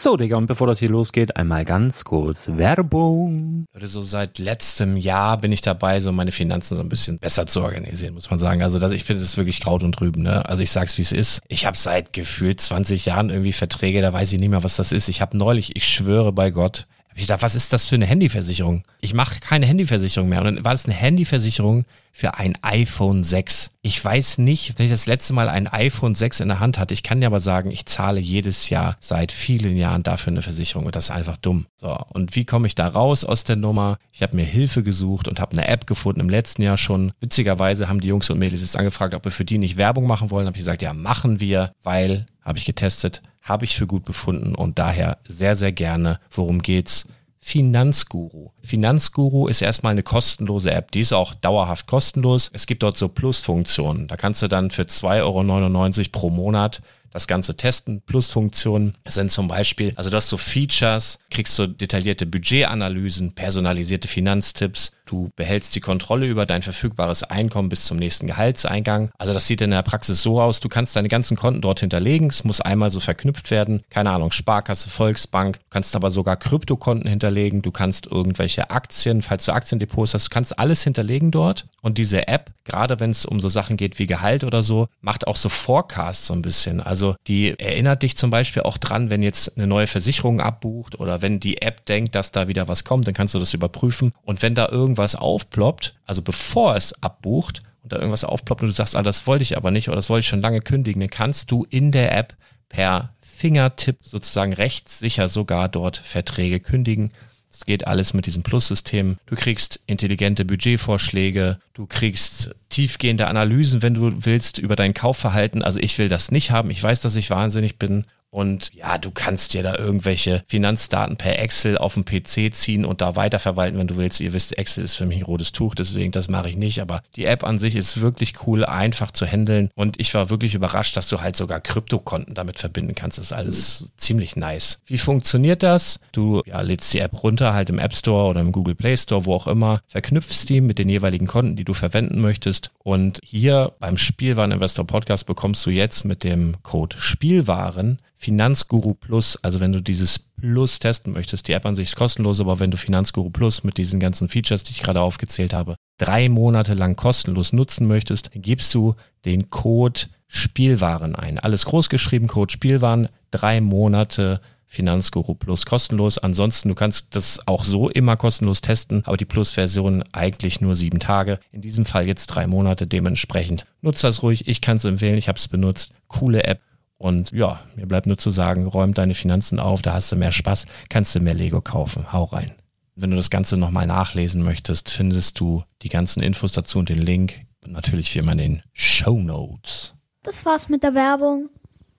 So, Digga, und bevor das hier losgeht, einmal ganz kurz Werbung. So seit letztem Jahr bin ich dabei, so meine Finanzen so ein bisschen besser zu organisieren, muss man sagen. Also ich finde, das ist wirklich Kraut und Rüben, ne? Also ich sag's, wie es ist. Ich habe seit gefühlt 20 Jahren irgendwie Verträge, da weiß ich nicht mehr, was das ist. Ich habe neulich, ich schwöre bei Gott, ich dachte, was ist das für eine Handyversicherung? Ich mache keine Handyversicherung mehr. Und dann war das eine Handyversicherung für ein iPhone 6. Ich weiß nicht, wenn ich das letzte Mal ein iPhone 6 in der Hand hatte. Ich kann dir aber sagen, ich zahle jedes Jahr seit vielen Jahren dafür eine Versicherung. Und das ist einfach dumm. So, und wie komme ich da raus aus der Nummer? Ich habe mir Hilfe gesucht und habe eine App gefunden im letzten Jahr schon. Witzigerweise haben die Jungs und Mädels jetzt angefragt, ob wir für die nicht Werbung machen wollen. Habe ich gesagt, ja, machen wir, weil, habe ich getestet, habe ich für gut befunden und daher sehr, sehr gerne. Worum geht's? Finanzguru. Finanzguru ist erstmal eine kostenlose App. Die ist auch dauerhaft kostenlos. Es gibt dort so Plusfunktionen. Da kannst du dann für 2,99 € pro Monat das Ganze testen. Plusfunktionen sind zum Beispiel, also du hast so Features, kriegst so detaillierte Budgetanalysen, personalisierte Finanztipps, du behältst die Kontrolle über dein verfügbares Einkommen bis zum nächsten Gehaltseingang. Also das sieht in der Praxis so aus, du kannst deine ganzen Konten dort hinterlegen, es muss einmal so verknüpft werden, keine Ahnung, Sparkasse, Volksbank, du kannst aber sogar Kryptokonten hinterlegen, du kannst irgendwelche Aktien, falls du Aktiendepots hast, du kannst alles hinterlegen dort und diese App, gerade wenn es um so Sachen geht wie Gehalt oder so, macht auch so Forecasts so ein bisschen, also die erinnert dich zum Beispiel auch dran, wenn jetzt eine neue Versicherung abbucht oder wenn die App denkt, dass da wieder was kommt, dann kannst du das überprüfen und wenn da irgendwas aufploppt, also bevor es abbucht und da irgendwas aufploppt und du sagst, das wollte ich aber nicht oder das wollte ich schon lange kündigen, dann kannst du in der App per Fingertipp sozusagen rechtssicher sogar dort Verträge kündigen. Das geht alles mit diesem Plus-System. Du kriegst intelligente Budgetvorschläge, du kriegst tiefgehende Analysen, wenn du willst, über dein Kaufverhalten. Also ich will das nicht haben. Ich weiß, dass ich wahnsinnig bin. Und ja, du kannst dir da irgendwelche Finanzdaten per Excel auf dem PC ziehen und da weiterverwalten, wenn du willst. Ihr wisst, Excel ist für mich ein rotes Tuch, deswegen das mache ich nicht. Aber die App an sich ist wirklich cool, einfach zu handeln. Und ich war wirklich überrascht, dass du halt sogar Kryptokonten damit verbinden kannst. Das ist alles ziemlich nice. Wie funktioniert das? Du lädst die App runter, halt im App Store oder im Google Play Store, wo auch immer, verknüpfst die mit den jeweiligen Konten, die du verwenden möchtest. Und hier beim Spielwareninvestor Podcast bekommst du jetzt mit dem Code Spielwaren Finanzguru Plus, also wenn du dieses Plus testen möchtest, die App an sich ist kostenlos, aber wenn du Finanzguru Plus mit diesen ganzen Features, die ich gerade aufgezählt habe, 3 Monate lang kostenlos nutzen möchtest, dann gibst du den Code Spielwaren ein. Alles groß geschrieben, Code Spielwaren, 3 Monate Finanzguru Plus kostenlos. Ansonsten, du kannst das auch so immer kostenlos testen, aber die Plus-Version eigentlich nur 7 Tage. In diesem Fall jetzt 3 Monate, dementsprechend nutzt das ruhig. Ich kann es empfehlen, ich habe es benutzt. Coole App. Und ja, mir bleibt nur zu sagen, räum deine Finanzen auf, da hast du mehr Spaß, kannst du mehr Lego kaufen. Hau rein. Wenn du das Ganze nochmal nachlesen möchtest, findest du die ganzen Infos dazu und den Link. Und natürlich wie immer in den Shownotes. Das war's mit der Werbung.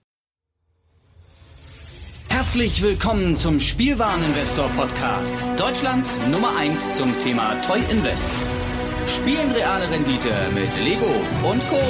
Herzlich willkommen zum Spielwareninvestor Podcast. Deutschlands Nummer 1 zum Thema Toy Invest. Spielen reale Rendite mit Lego und Co.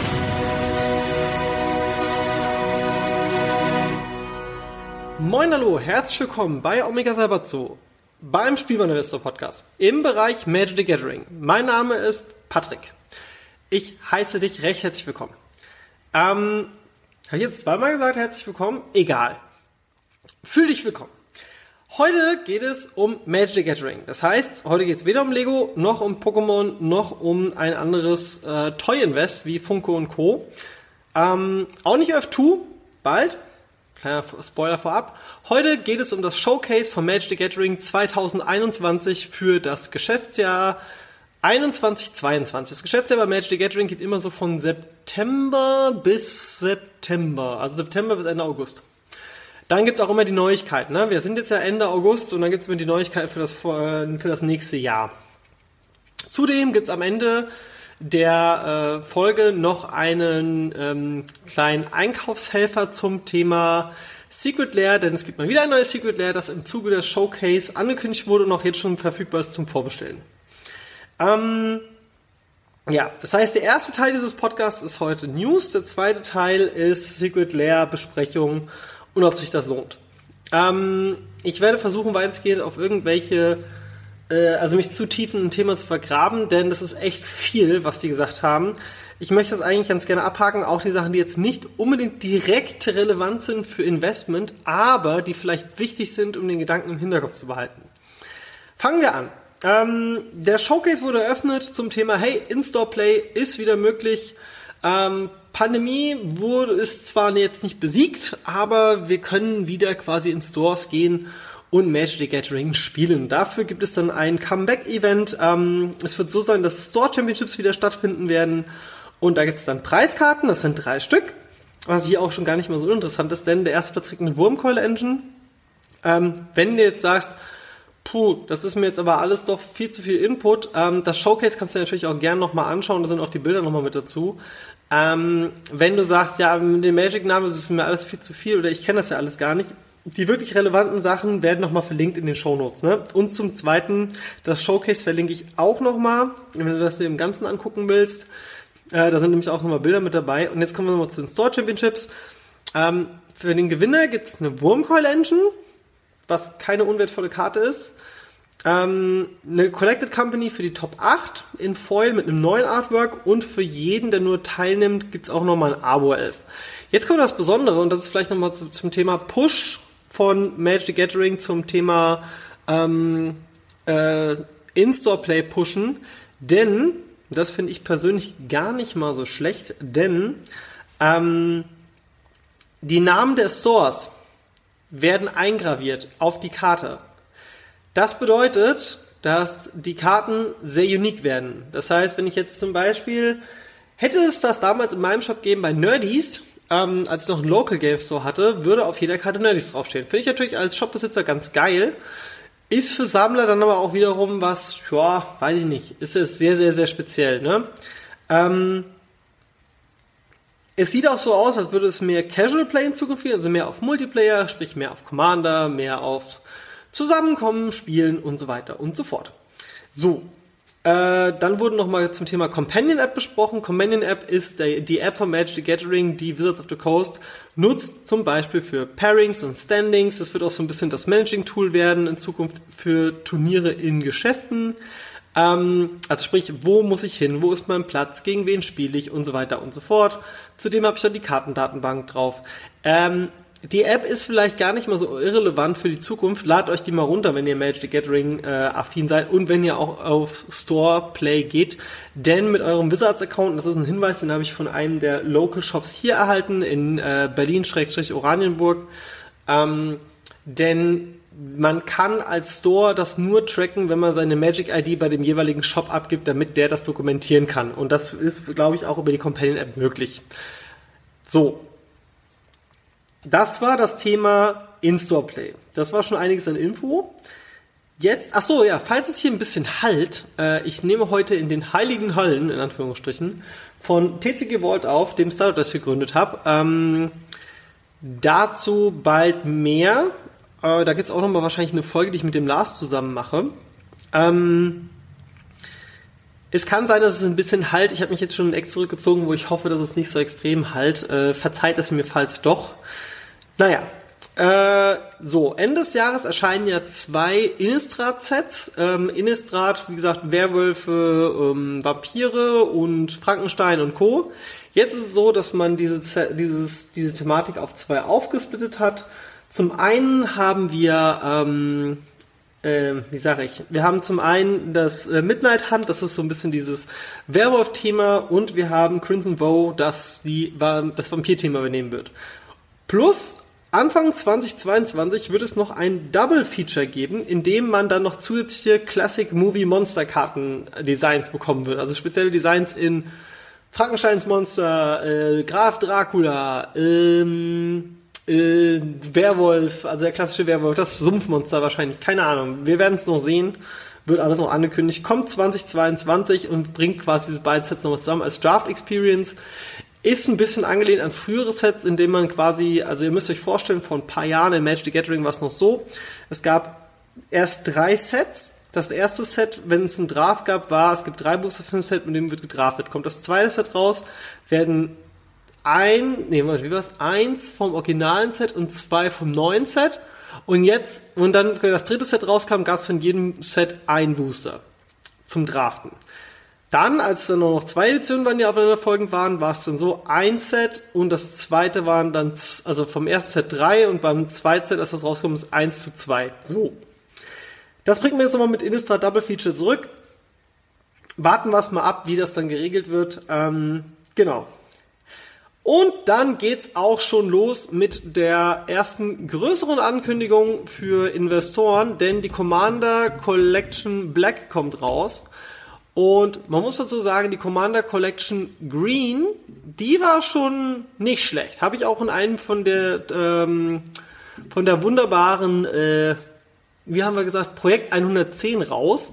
Moin, hallo, herzlich willkommen bei Omega Salvatzo, beim Spielwareninvestor Podcast im Bereich Magic the Gathering. Mein Name ist Patrick. Ich heiße dich recht herzlich willkommen. Habe ich jetzt zweimal gesagt, herzlich willkommen? Egal. Fühl dich willkommen. Heute geht es um Magic the Gathering. Das heißt, heute geht es weder um Lego, noch um Pokémon, noch um ein anderes Toy Invest wie Funko und Co. Auch nicht Earth 2, bald. Kleiner Spoiler vorab. Heute geht es um das Showcase von Magic the Gathering 2021 für das Geschäftsjahr 21/22. Das Geschäftsjahr bei Magic the Gathering geht immer so von September bis September. Also September bis Ende August. Dann gibt's auch immer die Neuigkeiten. Ne? Wir sind jetzt ja Ende August und dann gibt's immer die Neuigkeiten für das nächste Jahr. Zudem gibt's am Ende der Folge noch einen kleinen Einkaufshelfer zum Thema Secret Lair, denn es gibt mal wieder ein neues Secret Lair, das im Zuge des Showcase angekündigt wurde und auch jetzt schon verfügbar ist zum Vorbestellen. Das heißt, der erste Teil dieses Podcasts ist heute News, der zweite Teil ist Secret Lair Besprechung und ob sich das lohnt. Ich werde versuchen, weitestgehend auf irgendwelche mich zu tief in ein Thema zu vergraben, denn das ist echt viel, was die gesagt haben. Ich möchte das eigentlich ganz gerne abhaken, auch die Sachen, die jetzt nicht unbedingt direkt relevant sind für Investment, aber die vielleicht wichtig sind, um den Gedanken im Hinterkopf zu behalten. Fangen wir an. Der Showcase wurde eröffnet zum Thema, hey, In-Store Play ist wieder möglich. Pandemie ist zwar jetzt nicht besiegt, aber wir können wieder quasi in Stores gehen und Magic the Gathering spielen. Dafür gibt es dann ein Comeback-Event. Es wird so sein, dass Store Championships wieder stattfinden werden. Und da gibt es dann Preiskarten, das sind 3 Stück. Was hier auch schon gar nicht mal so interessant ist, denn der erste Platz kriegt eine Wurmkeule-Engine. Wenn du jetzt sagst, das ist mir jetzt aber alles doch viel zu viel Input, das Showcase kannst du natürlich auch gerne nochmal anschauen, da sind auch die Bilder nochmal mit dazu. Wenn du sagst, ja, mit dem Magic-Namen ist es mir alles viel zu viel oder ich kenne das ja alles gar nicht, die wirklich relevanten Sachen werden nochmal verlinkt in den Shownotes, ne? Und zum Zweiten, das Showcase verlinke ich auch nochmal, wenn du das dir im Ganzen angucken willst. Da sind nämlich auch nochmal Bilder mit dabei. Und jetzt kommen wir nochmal zu den Store Championships. Für den Gewinner gibt es eine Wurmkeule-Engine, was keine unwertvolle Karte ist. Eine Collected Company für die Top 8 in Foil mit einem neuen Artwork und für jeden, der nur teilnimmt, gibt es auch nochmal ein Abo 11. Jetzt kommt das Besondere und das ist vielleicht nochmal zum Thema Push von Magic the Gathering zum Thema In-Store Play pushen, denn, das finde ich persönlich gar nicht mal so schlecht, denn die Namen der Stores werden eingraviert auf die Karte. Das bedeutet, dass die Karten sehr unique werden. Das heißt, wenn ich jetzt zum Beispiel, hätte es das damals in meinem Shop gegeben bei Nerdies, als ich noch einen Local Game Store hatte, würde auf jeder Karte Nerdies draufstehen. Finde ich natürlich als Shopbesitzer ganz geil. Ist für Sammler dann aber auch wiederum was, ja, weiß ich nicht, ist es sehr, sehr, sehr speziell, ne? Es sieht auch so aus, als würde es mehr Casual Play in Zukunft gehen, also mehr auf Multiplayer, sprich mehr auf Commander, mehr auf Zusammenkommen, Spielen und so weiter und so fort. So, dann wurden nochmal zum Thema Companion App besprochen. Companion App ist die App von Magic the Gathering, die Wizards of the Coast nutzt, zum Beispiel für Pairings und Standings. Das wird auch so ein bisschen das Managing-Tool werden in Zukunft für Turniere in Geschäften. Also sprich, wo muss ich hin, wo ist mein Platz, gegen wen spiele ich und so weiter und so fort. Zudem habe ich dann die Kartendatenbank drauf. Die App ist vielleicht gar nicht mal so irrelevant für die Zukunft. Ladet euch die mal runter, wenn ihr Magic the Gathering affin seid und wenn ihr auch auf Store Play geht. Denn mit eurem Wizards-Account, das ist ein Hinweis, den habe ich von einem der Local Shops hier erhalten, in Berlin-Oranienburg. Denn man kann als Store das nur tracken, wenn man seine Magic-ID bei dem jeweiligen Shop abgibt, damit der das dokumentieren kann. Und das ist, glaube ich, auch über die Companion-App möglich. So. Das war das Thema In-Store-Play. Das war schon einiges an Info. Jetzt, ach so, ja, falls es hier ein bisschen hallt, ich nehme heute in den heiligen Hallen, in Anführungsstrichen, von TCG Vault auf, dem Startup, das ich gegründet habe. Dazu bald mehr. Da gibt's auch nochmal wahrscheinlich eine Folge, die ich mit dem Lars zusammen mache. Es kann sein, dass es ein bisschen halt. Ich habe mich jetzt schon in ein Eck zurückgezogen, wo ich hoffe, dass es nicht so extrem halt. Verzeiht es mir, falls doch. Naja. So, Ende des Jahres erscheinen ja 2 Innistrad-Sets. Innistrad, wie gesagt, Werwölfe, Vampire und Frankenstein und Co. Jetzt ist es so, dass man diese Thematik auf 2 aufgesplittet hat. Zum einen haben wir, wir haben zum einen das Midnight Hunt, das ist so ein bisschen dieses Werwolf-Thema, und wir haben Crimson Vow, das das Vampir-Thema übernehmen wird. Plus, Anfang 2022 wird es noch ein Double-Feature geben, in dem man dann noch zusätzliche Classic Movie Monster-Karten-Designs bekommen wird. Also spezielle Designs in Frankensteins Monster, Graf Dracula, Werwolf, also der klassische Werwolf, das Sumpfmonster wahrscheinlich, keine Ahnung. Wir werden es noch sehen, wird alles noch angekündigt. Kommt 2022 und bringt quasi diese beiden Sets nochmal zusammen als Draft Experience. Ist ein bisschen angelehnt an frühere Sets, in denen man quasi, also ihr müsst euch vorstellen, vor ein paar Jahren in Magic the Gathering war es noch so, es gab erst 3 Sets. Das erste Set, wenn es einen Draft gab, es gibt 3 Booster für ein Set, mit dem wird gedraftet. Kommt das zweite Set raus, werden 1 vom originalen Set und 2 vom neuen Set. Und dann, wenn das dritte Set rauskam, gab es von jedem Set ein Booster zum Draften. Dann, als dann nur noch 2 Editionen waren, die aufeinanderfolgend waren, war es dann so, ein Set und das zweite waren dann, also vom ersten Set 3 und beim zweiten Set, als das rauskommt, ist 1:2. So. Das bringt mir jetzt nochmal mit Innistrad Double Feature zurück. Warten wir es mal ab, wie das dann geregelt wird. Genau. Und dann geht's auch schon los mit der ersten größeren Ankündigung für Investoren, denn die Commander Collection Black kommt raus. Und man muss dazu sagen, die Commander Collection Green, die war schon nicht schlecht. Habe ich auch in einem von der wunderbaren, wie haben wir gesagt, Projekt 110 raus.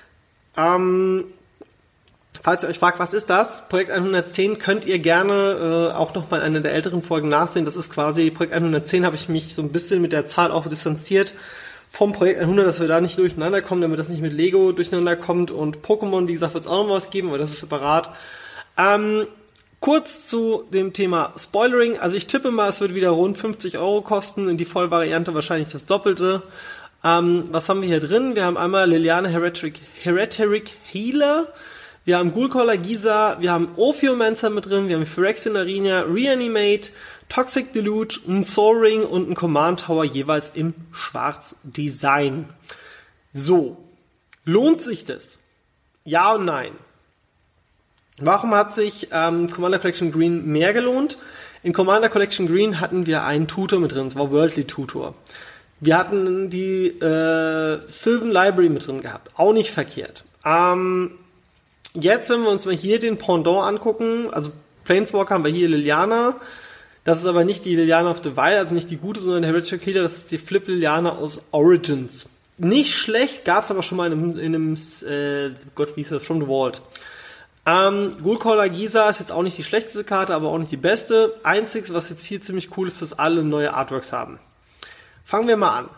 Falls ihr euch fragt, was ist das? Projekt 110 könnt ihr gerne auch noch mal in einer der älteren Folgen nachsehen. Das ist quasi, Projekt 110 habe ich mich so ein bisschen mit der Zahl auch distanziert vom Projekt 100, dass wir da nicht durcheinander kommen, damit das nicht mit Lego durcheinander kommt. Und Pokémon, wie gesagt, wird es auch noch was geben, aber das ist separat. Kurz zu dem Thema Spoilering. Also ich tippe mal, es wird wieder rund 50 € kosten. In die Vollvariante wahrscheinlich das Doppelte. Was haben wir hier drin? Wir haben einmal Liliana Heretic Healer. Wir haben Ghoulcaller Giza, wir haben Ophiomancer mit drin, wir haben Phyrexian Arena, Reanimate, Toxic Deluge, ein Soaring und ein Command Tower jeweils im Schwarz-Design. So, lohnt sich das? Ja und nein. Warum hat sich Commander Collection Green mehr gelohnt? In Commander Collection Green hatten wir einen Tutor mit drin, das war Worldly Tutor. Wir hatten die Sylvan Library mit drin gehabt, auch nicht verkehrt. Jetzt, wenn wir uns mal hier den Pendant angucken, also Planeswalker haben wir hier Liliana, das ist aber nicht die Liliana of the Wild, also nicht die gute, sondern der Heretic Healer, das ist die Flip Liliana aus Origins. Nicht schlecht, gab's aber schon mal in einem Gott, wie hieß das, From the Vault. Ghoulcaller Giza ist jetzt auch nicht die schlechteste Karte, aber auch nicht die beste. Einziges, was jetzt hier ziemlich cool ist, dass alle neue Artworks haben. Fangen wir mal an.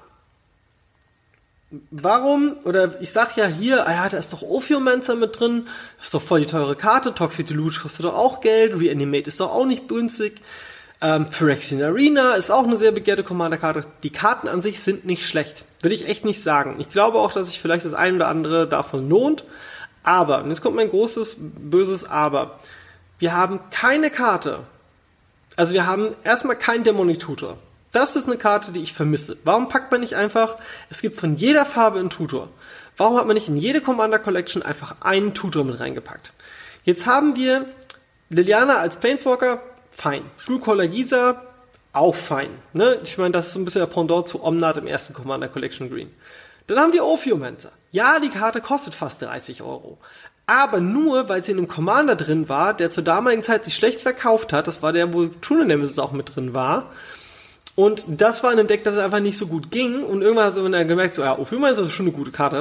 Warum, oder ich sag ja hier, da ist doch Ophiomancer mit drin, ist doch voll die teure Karte, Toxic Deluge kostet doch auch Geld, Reanimate ist doch auch nicht günstig, Phyrexian Arena ist auch eine sehr begehrte Commander-Karte. Die Karten an sich sind nicht schlecht, will ich echt nicht sagen. Ich glaube auch, dass sich vielleicht das ein oder andere davon lohnt, aber, und jetzt kommt mein großes, böses Aber, wir haben keine Karte, also wir haben erstmal keinen Demonic Tutor. Das ist eine Karte, die ich vermisse. Warum packt man nicht einfach, es gibt von jeder Farbe einen Tutor. Warum hat man nicht in jede Commander Collection einfach einen Tutor mit reingepackt? Jetzt haben wir Liliana als Planeswalker, fein. Ghoulcaller Giza, auch fein. Ne? Ich meine, das ist so ein bisschen der Pendant zu Omnath im ersten Commander Collection Green. Dann haben wir Ophiomancer. Ja, die Karte kostet fast 30 €. Aber nur, weil sie in einem Commander drin war, der zur damaligen Zeit sich schlecht verkauft hat, das war der, wo True Nemesis auch mit drin war. Und das war in einem Deck, das einfach nicht so gut ging. Und irgendwann hat man dann gemerkt, so, ja, Ophiomancer ist schon eine gute Karte.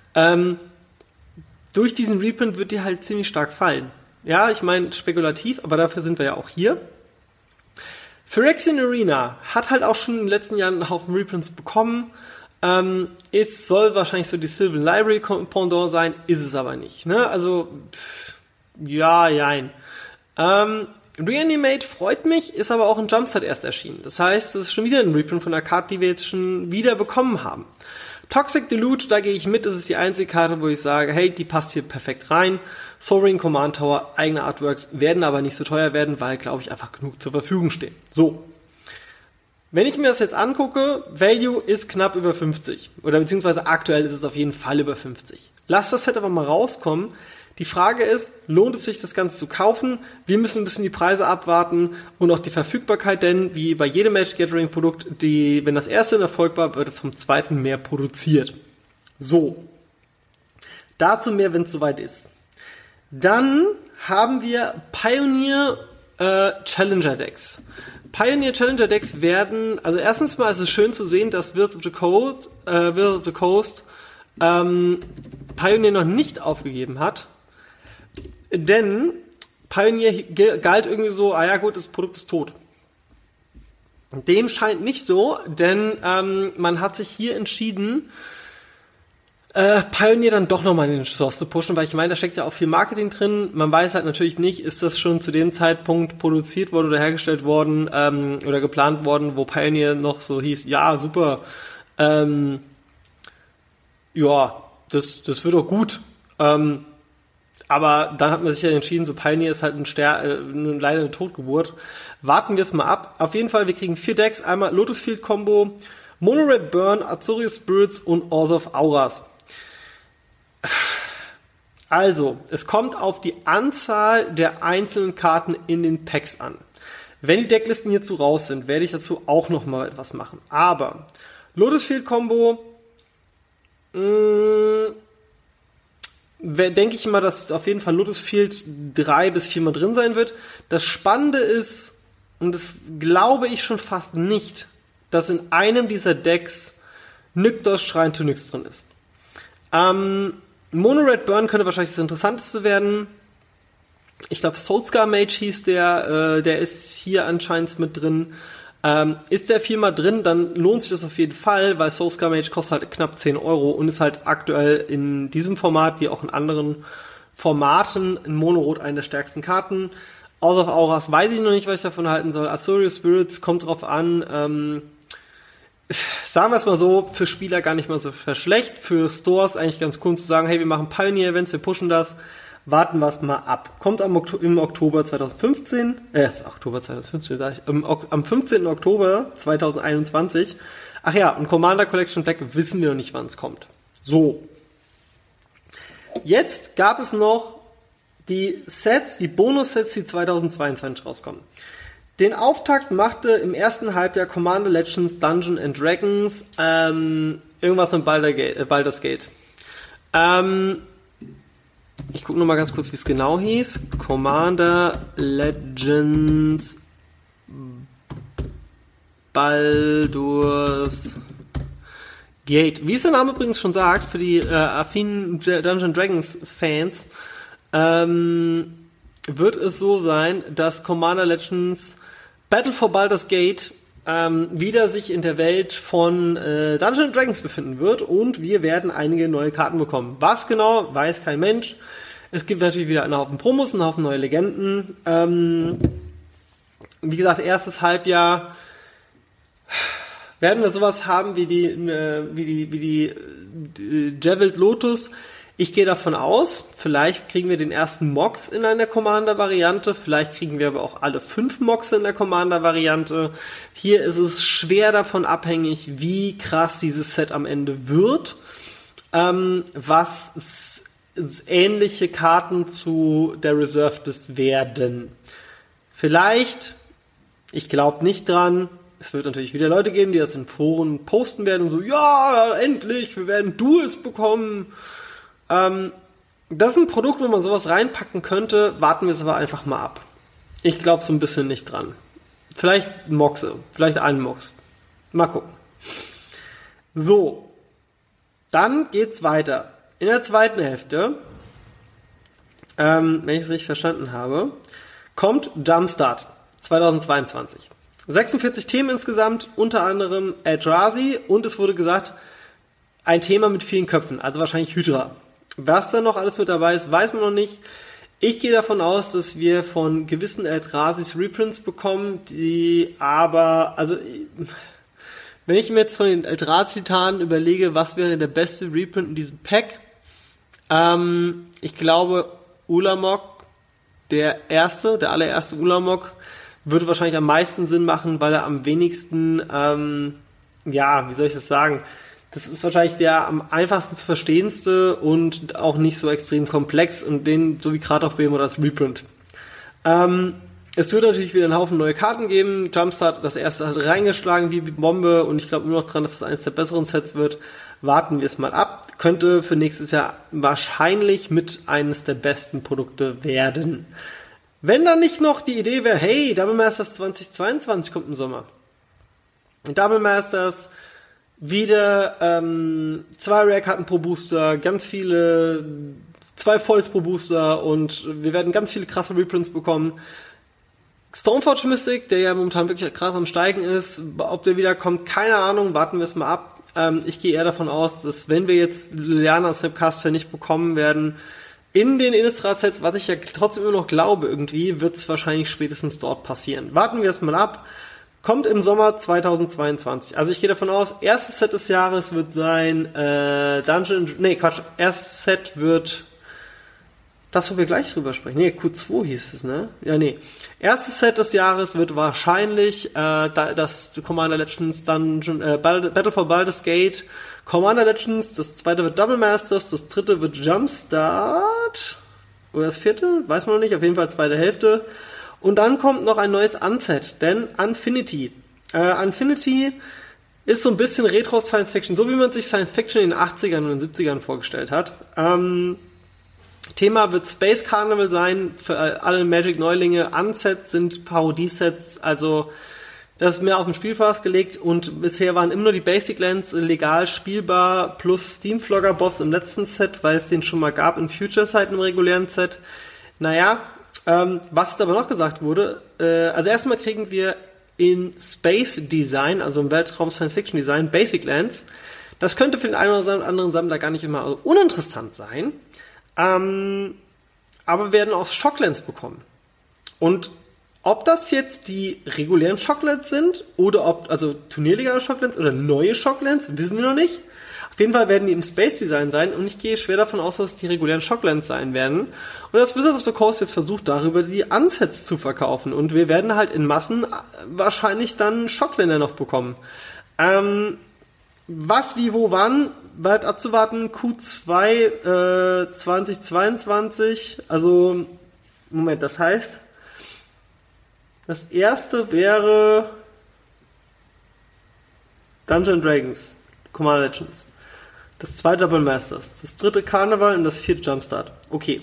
Durch diesen Reprint wird die halt ziemlich stark fallen. Ja, ich meine, spekulativ, aber dafür sind wir ja auch hier. Phyrexian Arena hat halt auch schon in den letzten Jahren einen Haufen Reprints bekommen. Soll wahrscheinlich so die Sylvan Library Pendant sein, ist es aber nicht. Ne? Also, jein. Reanimate freut mich, ist aber auch in Jumpstart erst erschienen. Das heißt, das ist schon wieder ein Reprint von einer Karte, die wir jetzt schon wieder bekommen haben. Toxic Deluge, da gehe ich mit, das ist die einzige Karte, wo ich sage, hey, die passt hier perfekt rein. Soaring, Command Tower, eigene Artworks, werden aber nicht so teuer werden, weil, glaube ich, einfach genug zur Verfügung stehen. So. Wenn ich mir das jetzt angucke, Value ist knapp über 50. Oder beziehungsweise aktuell ist es auf jeden Fall über 50. Lass das Set aber mal rauskommen. Die Frage ist, lohnt es sich, das Ganze zu kaufen? Wir müssen ein bisschen die Preise abwarten und auch die Verfügbarkeit, denn wie bei jedem Magic Gathering Produkt, wenn das erste ein Erfolg war, wird vom zweiten mehr produziert. So. Dazu mehr, wenn es soweit ist. Dann haben wir Pioneer Challenger Decks. Pioneer Challenger Decks werden, also erstens mal ist es schön zu sehen, dass Wizards of the Coast Pioneer noch nicht aufgegeben hat. Denn Pioneer galt irgendwie so, das Produkt ist tot. Dem scheint nicht so, denn man hat sich hier entschieden, Pioneer dann doch nochmal in den Source zu pushen, weil ich meine, da steckt ja auch viel Marketing drin. Man weiß halt natürlich nicht, ist das schon zu dem Zeitpunkt produziert worden oder hergestellt worden oder geplant worden, wo Pioneer noch so hieß, ja, super, das wird doch gut. Aber dann hat man sich ja entschieden, so Pioneer ist halt leider eine Totgeburt. Warten wir es mal ab. Auf jeden Fall, wir kriegen 4 Decks. Einmal Lotus Field Combo, Mono Red Burn, Azorius Spirits und Oath of Auras. Also, es kommt auf die Anzahl der einzelnen Karten in den Packs an. Wenn die Decklisten hierzu raus sind, werde ich dazu auch nochmal etwas machen. Aber Lotus Field Combo, denke ich mal, dass auf jeden Fall Lotus Field 3 bis 4 Mal drin sein wird. Das Spannende ist, und das glaube ich schon fast nicht, dass in einem dieser Decks Nykthos Schrein to Nyx drin ist. Mono Red Burn könnte wahrscheinlich das Interessanteste werden. Ich glaube, Soulscar Mage hieß der ist hier anscheinend mit drin. Ist der 4-mal drin, dann lohnt sich das auf jeden Fall, weil Soulscar Mage kostet halt knapp 10 Euro und ist halt aktuell in diesem Format, wie auch in anderen Formaten, in Mono-Rot eine der stärksten Karten. Oath of Auras weiß ich noch nicht, was ich davon halten soll. Azorius Spirits kommt drauf an. Sagen wir es mal so, für Spieler gar nicht mal so schlecht, für Stores eigentlich ganz cool zu sagen, hey, wir machen Pioneer-Events, wir pushen das, warten wir es mal ab. Kommt im Oktober 2015, sag ich, am 15. Oktober 2021. Ach ja, und Commander Collection Black wissen wir noch nicht, wann es kommt. So. Jetzt gab es noch die Sets, die Bonus-Sets, die 2022 rauskommen. Den Auftakt machte im ersten Halbjahr Commander Legends Dungeons and Dragons, irgendwas mit Baldur's Gate. Ich gucke nochmal ganz kurz, wie es genau hieß. Commander Legends Baldur's Gate. Wie es der Name übrigens schon sagt, für die affinen Dungeons Dragons Fans, wird es so sein, dass Commander Legends Battle for Baldur's Gate wieder sich in der Welt von Dungeons & Dragons befinden wird und wir werden einige neue Karten bekommen. Was genau, weiß kein Mensch. Es gibt natürlich wieder einen Haufen Promos, einen Haufen neue Legenden. Wie gesagt, erstes Halbjahr werden wir sowas haben wie die Javeled Lotus. Ich gehe davon aus, vielleicht kriegen wir den ersten Mox in einer Commander-Variante, vielleicht kriegen wir aber auch alle 5 Mox in der Commander-Variante. Hier ist es schwer davon abhängig, wie krass dieses Set am Ende wird, was ähnliche Karten zu der Reserved List werden. Vielleicht, ich glaube nicht dran, es wird natürlich wieder Leute geben, die das in Foren posten werden und so, ja, endlich, wir werden Duels bekommen. Das ist ein Produkt, wo man sowas reinpacken könnte, warten wir es aber einfach mal ab. Ich glaube so ein bisschen nicht dran. Vielleicht Moxe, vielleicht einen Mox. Mal gucken. So, dann geht's weiter. In der zweiten Hälfte, wenn ich es richtig verstanden habe, kommt Jumpstart 2022. 46 Themen insgesamt, unter anderem Eldrazi und es wurde gesagt, ein Thema mit vielen Köpfen, also wahrscheinlich Hydra. Was da noch alles mit dabei ist, weiß man noch nicht. Ich gehe davon aus, dass wir von gewissen Eldrasis Reprints bekommen, die aber, also wenn ich mir jetzt von den Eldrazi-Titanen überlege, was wäre der beste Reprint in diesem Pack, ich glaube Ulamog, der allererste Ulamog, würde wahrscheinlich am meisten Sinn machen, weil er am wenigsten, wie soll ich das sagen, das ist wahrscheinlich der am einfachsten zu verstehendste und auch nicht so extrem komplex und den, so wie gerade auf Behemoth als Reprint. Es wird natürlich wieder einen Haufen neue Karten geben. Jumpstart, das erste hat reingeschlagen wie Bombe und ich glaube immer noch dran, dass es eines der besseren Sets wird. Warten wir es mal ab. Könnte für nächstes Jahr wahrscheinlich mit eines der besten Produkte werden. Wenn dann nicht noch die Idee wäre, hey, Double Masters 2022 kommt im Sommer. Double Masters, wieder 2 Rare-Karten pro Booster, ganz viele 2 Foils pro Booster und wir werden ganz viele krasse Reprints bekommen. Stormforge Mystic, der ja momentan wirklich krass am Steigen ist, ob der wiederkommt, keine Ahnung, warten wir es mal ab. Ich gehe eher davon aus, dass wenn wir jetzt Liliana Snapcaster nicht bekommen werden, in den Innistrad-Sets, was ich ja trotzdem immer noch glaube irgendwie, wird es wahrscheinlich spätestens dort passieren. Warten wir es mal ab. Kommt im Sommer 2022. Also ich gehe davon aus, erstes Set des Jahres wird sein erstes Set wird Das, wo wir gleich drüber sprechen. Nee, Q2 hieß es, ne? Ja, nee. Erstes Set des Jahres wird wahrscheinlich das Commander Legends Dungeon, Battle for Baldur's Gate, Commander Legends, das zweite wird Double Masters, das dritte wird Jumpstart. Oder das vierte? Weiß man noch nicht, auf jeden Fall zweite Hälfte. Und dann kommt noch ein neues Unset, denn Unfinity. Unfinity ist so ein bisschen Retro-Science-Fiction, so wie man sich Science-Fiction in den 80ern und den 70ern vorgestellt hat. Thema wird Space Carnival sein, für alle Magic-Neulinge. Unsets sind Parodiesets, also das ist mehr auf den Spielpass gelegt und bisher waren immer nur die Basic Lands legal spielbar plus Steamflogger Boss im letzten Set, weil es den schon mal gab in Future Sight im regulären Set. Naja, was aber noch gesagt wurde, also erstmal kriegen wir in Space Design, also im Weltraum Science Fiction Design, Basic Lands. Das könnte für den einen oder anderen Sammler gar nicht immer uninteressant sein. Aber wir werden auch Shocklands bekommen. Und ob das jetzt die regulären Shocklands sind oder ob, also Turnierliga Shocklands oder neue Shocklands, wissen wir noch nicht. Auf jeden Fall werden die im Space Design sein und ich gehe schwer davon aus, dass es die regulären Shocklands sein werden. Und das Wizards of the Coast jetzt versucht, darüber die Unsets zu verkaufen. Und wir werden halt in Massen wahrscheinlich dann Shockländer noch bekommen. Was, wie, wo, wann, bleibt abzuwarten. Q2 2022. Also, Moment, das heißt, das erste wäre Dungeons & Dragons, Commander Legends. Das zweite Double Masters. Das dritte Carnival und das vierte Jumpstart. Okay.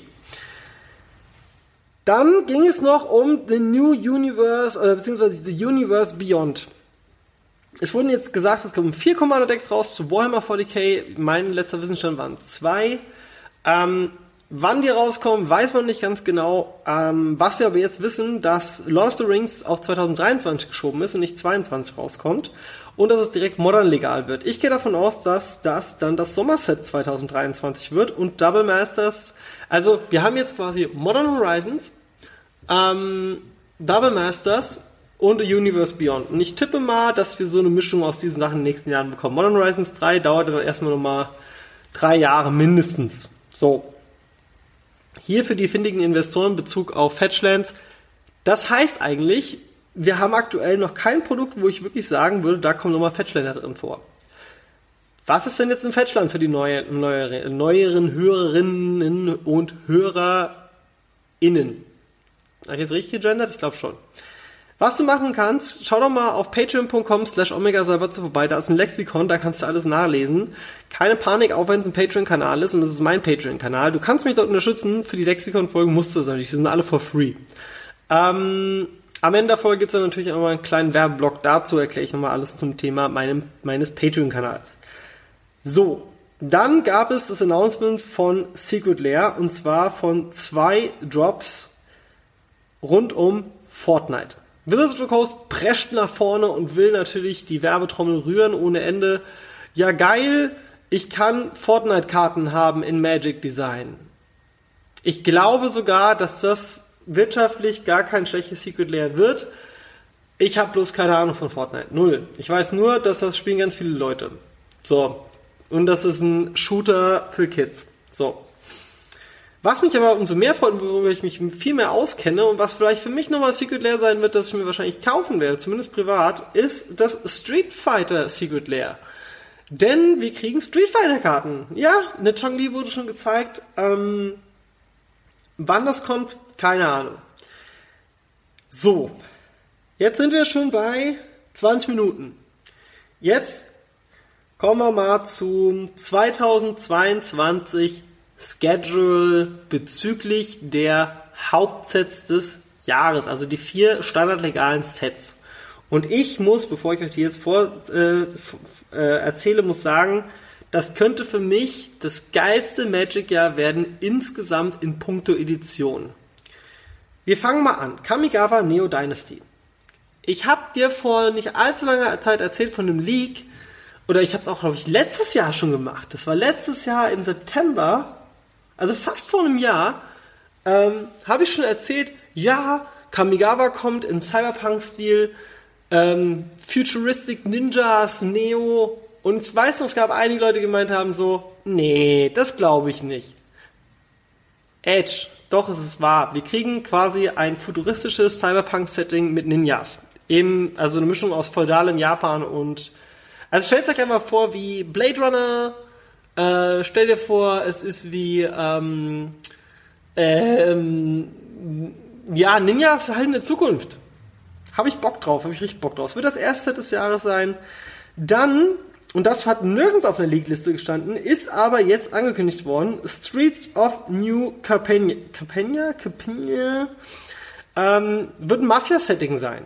Dann ging es noch um The New Universe, beziehungsweise The Universe Beyond. Es wurden jetzt gesagt, es kommen 4 Commander-Decks raus zu Warhammer 40k. Mein letzter Wissensstand waren 2. Wann die rauskommen, weiß man nicht ganz genau. Was wir aber jetzt wissen, dass Lord of the Rings auf 2023 geschoben ist und nicht 2022 rauskommt. Und dass es direkt modern legal wird. Ich gehe davon aus, dass das dann das Sommerset 2023 wird und Double Masters. Also wir haben jetzt quasi Modern Horizons, Double Masters und A Universe Beyond. Und ich tippe mal, dass wir so eine Mischung aus diesen Sachen in den nächsten Jahren bekommen. Modern Horizons 3 dauert dann erstmal nochmal 3 Jahre mindestens. So. Hier für die findigen Investoren Bezug auf Fetchlands. Das heißt eigentlich, wir haben aktuell noch kein Produkt, wo ich wirklich sagen würde, da kommen nochmal Fetchländer drin vor. Was ist denn jetzt ein Fetchland für die neueren Hörerinnen und HörerInnen? Habe ich jetzt richtig gegendert? Ich glaube schon. Was du machen kannst, schau doch mal auf patreon.com/omegasalvatzo vorbei, da ist ein Lexikon, da kannst du alles nachlesen. Keine Panik, auch wenn es ein Patreon-Kanal ist und das ist mein Patreon-Kanal. Du kannst mich dort unterstützen, für die Lexikon-Folgen musst du es natürlich, die sind alle for free. Am Ende der Folge gibt es dann natürlich auch mal einen kleinen Werbeblock dazu, erkläre ich nochmal alles zum Thema meines Patreon-Kanals. So, dann gab es das Announcement von Secret Lair und zwar von 2 Drops rund um Fortnite. Wizards of the Coast prescht nach vorne und will natürlich die Werbetrommel rühren ohne Ende. Ja geil, ich kann Fortnite-Karten haben in Magic Design. Ich glaube sogar, dass das wirtschaftlich gar kein schlechtes Secret Lair wird. Ich habe bloß keine Ahnung von Fortnite. 0. Ich weiß nur, dass das spielen ganz viele Leute. So. Und das ist ein Shooter für Kids. So. Was mich aber umso mehr freut, worüber ich mich viel mehr auskenne und was vielleicht für mich nochmal Secret Lair sein wird, das ich mir wahrscheinlich kaufen werde, zumindest privat, ist das Street Fighter Secret Lair. Denn wir kriegen Street Fighter Karten. Ja, eine Chong-Li wurde schon gezeigt. Wann das kommt, keine Ahnung. So, jetzt sind wir schon bei 20 Minuten. Jetzt kommen wir mal zum 2022 Schedule bezüglich der Hauptsets des Jahres, also die 4 standardlegalen Sets. Und ich muss, bevor ich euch die jetzt erzähle, muss sagen, das könnte für mich das geilste Magic-Jahr werden, insgesamt in puncto Edition. Wir fangen mal an. Kamigawa Neo Dynasty. Ich habe dir vor nicht allzu langer Zeit erzählt von dem Leak, oder ich habe es auch, glaube ich, letztes Jahr schon gemacht. Das war letztes Jahr im September, also fast vor einem Jahr, habe ich schon erzählt, ja, Kamigawa kommt im Cyberpunk-Stil, Futuristic Ninjas, Neo, und ich weiß noch, es gab einige Leute, die gemeint haben so, nee, das glaube ich nicht. Edge, doch es ist wahr. Wir kriegen quasi ein futuristisches Cyberpunk-Setting mit Ninjas. Also eine Mischung aus feudalem Japan und... Also stellt euch einfach vor wie Blade Runner. Stell dir vor, es ist wie... Ninjas halt in der Zukunft. Habe ich Bock drauf, habe ich richtig Bock drauf. Es wird das erste Set des Jahres sein. Dann, und das hat nirgends auf der League-Liste gestanden, ist aber jetzt angekündigt worden, Streets of New Campania wird ein Mafia-Setting sein.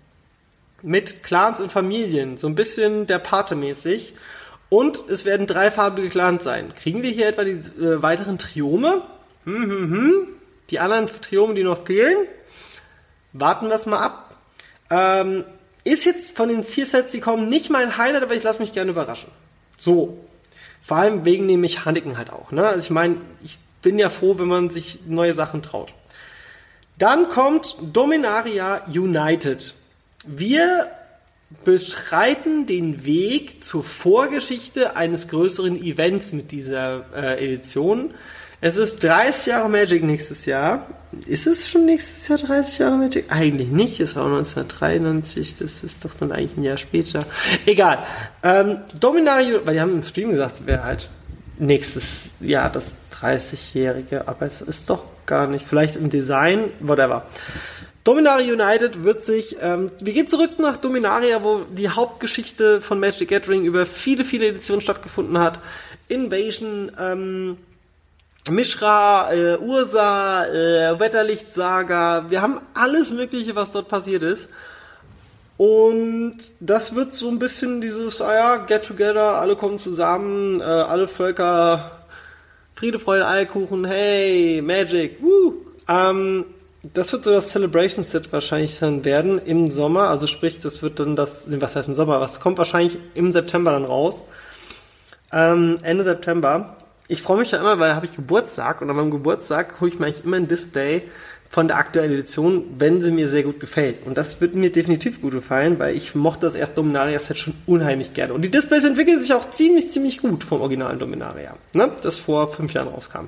Mit Clans und Familien, so ein bisschen der Pate-mäßig. Und es werden 3-farbige Clans sein. Kriegen wir hier etwa die weiteren Triome? Die anderen Triome, die noch fehlen? Warten wir es mal ab. Ist jetzt von den 4 Sets, die kommen, nicht mein Highlight, aber ich lasse mich gerne überraschen. So. Vor allem wegen den Mechaniken halt auch. Ne? Also ich meine, ich bin ja froh, wenn man sich neue Sachen traut. Dann kommt Dominaria United. Wir beschreiten den Weg zur Vorgeschichte eines größeren Events mit dieser Edition. Es ist 30 Jahre Magic nächstes Jahr. Ist es schon nächstes Jahr 30 Jahre Magic? Eigentlich nicht, es war 1993, das ist doch dann eigentlich ein Jahr später. Egal. Dominario, weil die haben im Stream gesagt, es wäre halt nächstes Jahr das 30-Jährige, aber es ist doch gar nicht. Vielleicht im Design, whatever. Dominaria United wird sich, wir gehen zurück nach Dominaria, wo die Hauptgeschichte von Magic the Gathering über viele, viele Editionen stattgefunden hat. Invasion, Mishra, Ursa, Wetterlichtsaga, wir haben alles Mögliche, was dort passiert ist. Und das wird so ein bisschen dieses, get together, alle kommen zusammen, alle Völker, Friede, Freude, Eierkuchen, hey, Magic, woo. Das wird so das Celebration Set wahrscheinlich dann werden im Sommer, also sprich, das wird dann was heißt im Sommer, was kommt wahrscheinlich im September dann raus, Ende September. Ich freue mich ja immer, weil da habe ich Geburtstag und an meinem Geburtstag hole ich mir eigentlich immer ein Display von der aktuellen Edition, wenn sie mir sehr gut gefällt. Und das wird mir definitiv gut gefallen, weil ich mochte das erste Dominaria-Set schon unheimlich gerne. Und die Displays entwickeln sich auch ziemlich gut vom originalen Dominaria, ne? Das vor 5 Jahren rauskam.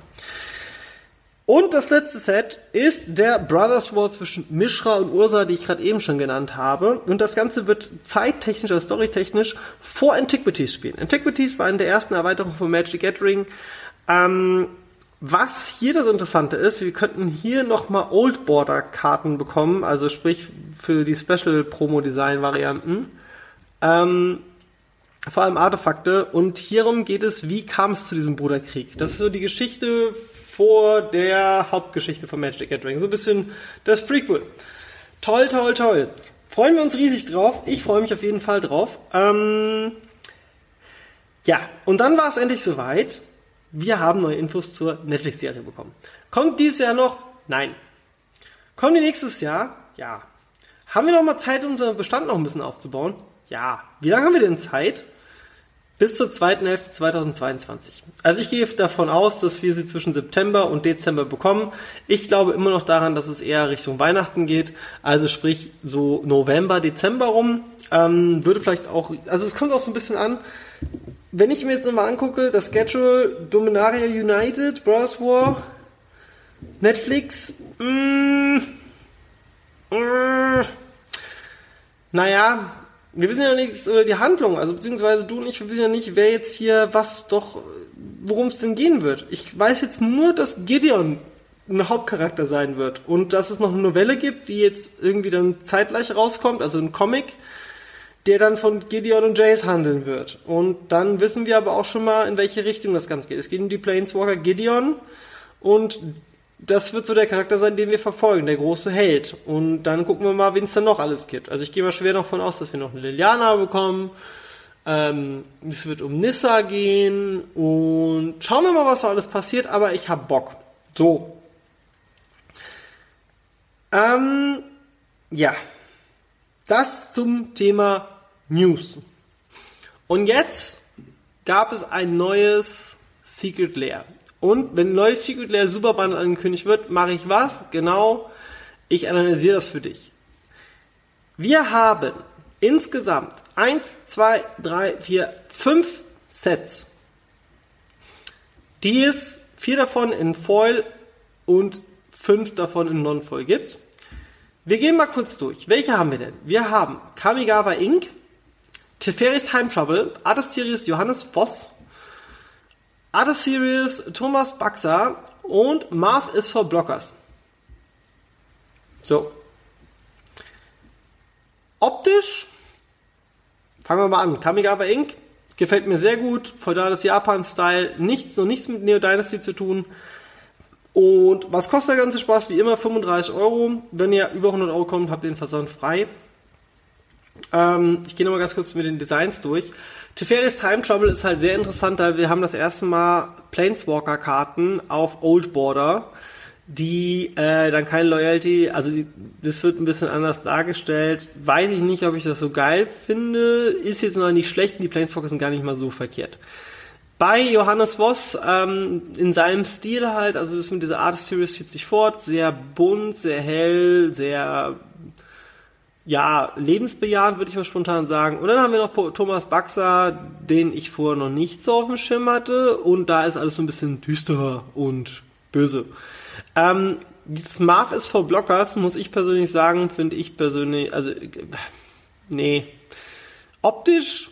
Und das letzte Set ist der Brothers War zwischen Mishra und Ursa, die ich gerade eben schon genannt habe. Und das Ganze wird zeittechnisch, also storytechnisch, vor Antiquities spielen. Antiquities war eine der ersten Erweiterungen von Magic the Gathering. Was hier das Interessante ist, wir könnten hier nochmal Old Border Karten bekommen, also sprich für die Special Promo Design Varianten. Vor allem Artefakte. Und hierum geht es, wie kam es zu diesem Bruderkrieg? Das ist so die Geschichte vor der Hauptgeschichte von Magic the Gathering. So ein bisschen das Prequel. Toll. Freuen wir uns riesig drauf. Ich freue mich auf jeden Fall drauf. Und dann war es endlich soweit. Wir haben neue Infos zur Netflix-Serie bekommen. Kommt dieses Jahr noch? Nein. Kommt die nächstes Jahr? Ja. Haben wir noch mal Zeit, unseren Bestand noch ein bisschen aufzubauen? Ja. Wie lange haben wir denn Zeit? Bis zur zweiten Hälfte 2022. Also ich gehe davon aus, dass wir sie zwischen September und Dezember bekommen. Ich glaube immer noch daran, dass es eher Richtung Weihnachten geht. Also sprich so November, Dezember rum. Würde vielleicht auch, also es kommt auch so ein bisschen an, wenn ich mir jetzt nochmal angucke, das Schedule, Dominaria United, Brothers War, Netflix, naja, wir wissen ja nichts über die Handlung, also beziehungsweise du und ich, wir wissen ja nicht, wer jetzt hier worum es denn gehen wird. Ich weiß jetzt nur, dass Gideon ein Hauptcharakter sein wird und dass es noch eine Novelle gibt, die jetzt irgendwie dann zeitgleich rauskommt, also ein Comic, der dann von Gideon und Jace handeln wird. Und dann wissen wir aber auch schon mal, in welche Richtung das Ganze geht. Es geht um die Planeswalker Gideon und das wird so der Charakter sein, den wir verfolgen, der große Held. Und dann gucken wir mal, wen es dann noch alles gibt. Also ich gehe mal schwer davon aus, dass wir noch eine Liliana bekommen. Es wird um Nissa gehen und schauen wir mal, was da alles passiert, aber ich hab Bock. So. Das zum Thema News. Und jetzt gab es ein neues Secret Lair. Und wenn ein neues Secret Lair Super Bundle angekündigt wird, mache ich was? Genau, ich analysiere das für dich. Wir haben insgesamt 1, 2, 3, 4, 5 Sets. Die ist 4 davon in Foil und 5 davon in Non-Foil gibt. Wir gehen mal kurz durch. Welche haben wir denn? Wir haben Kamigawa Inc., Teferi's Time Trouble, Artist Series Johannes Voss, Artist Series Thomas Baxer und Marv is for Blockers. So. Optisch, fangen wir mal an. Kamigawa Inc. gefällt mir sehr gut. Feudales Japan-Style. Nichts mit Neo Dynasty zu tun. Und was kostet der ganze Spaß? Wie immer 35 Euro. Wenn ihr über 100 Euro kommt, habt ihr den Versand frei. Ich gehe nochmal ganz kurz mit den Designs durch. Teferi's Time Trouble ist halt sehr interessant, da wir haben das erste Mal Planeswalker-Karten auf Old Border, die dann keine Loyalty, also das wird ein bisschen anders dargestellt. Weiß ich nicht, ob ich das so geil finde. Ist jetzt noch nicht schlecht, die Planeswalker sind gar nicht mal so verkehrt. Bei Johannes Voss, in seinem Stil halt, also das mit dieser Artist Series zieht sich fort, sehr bunt, sehr hell, sehr lebensbejahend, würde ich mal spontan sagen. Und dann haben wir noch Thomas Baxer, den ich vorher noch nicht so auf dem Schirm hatte. Und da ist alles so ein bisschen düsterer und böse. Dieses Marv is for Blockers, muss ich persönlich sagen, finde ich persönlich, also, nee. Optisch,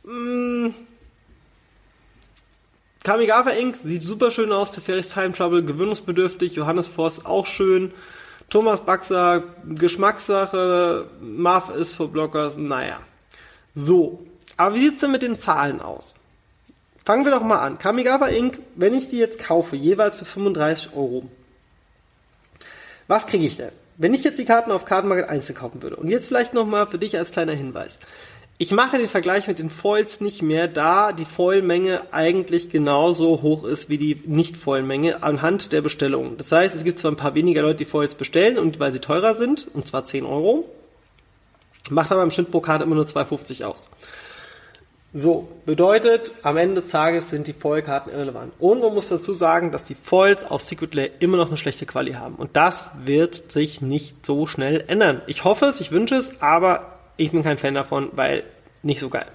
Kamigawa Inc. sieht super schön aus, Teferi's Time Trouble, gewöhnungsbedürftig, Johannes Voss auch schön. Thomas Baxer, Geschmackssache, Marv is for Blockers, naja. So, aber wie sieht's denn mit den Zahlen aus? Fangen wir doch mal an. Kamigawa Inc., wenn ich die jetzt kaufe, jeweils für 35 Euro. Was kriege ich denn? Wenn ich jetzt die Karten auf Kartenmarket einzeln kaufen würde, und jetzt vielleicht nochmal für dich als kleiner Hinweis. Ich mache den Vergleich mit den Foils nicht mehr, da die Foil-Menge eigentlich genauso hoch ist wie die Nicht-Foil-Menge anhand der Bestellung. Das heißt, es gibt zwar ein paar weniger Leute, die Foils bestellen, und weil sie teurer sind, und zwar 10 Euro, macht aber im Schnitt pro Karte immer nur 2,50 aus. So, bedeutet, am Ende des Tages sind die Foil-Karten irrelevant. Und man muss dazu sagen, dass die Foils aus Secret Lair immer noch eine schlechte Quali haben. Und das wird sich nicht so schnell ändern. Ich hoffe es, ich wünsche es, aber ich bin kein Fan davon, weil nicht so geil.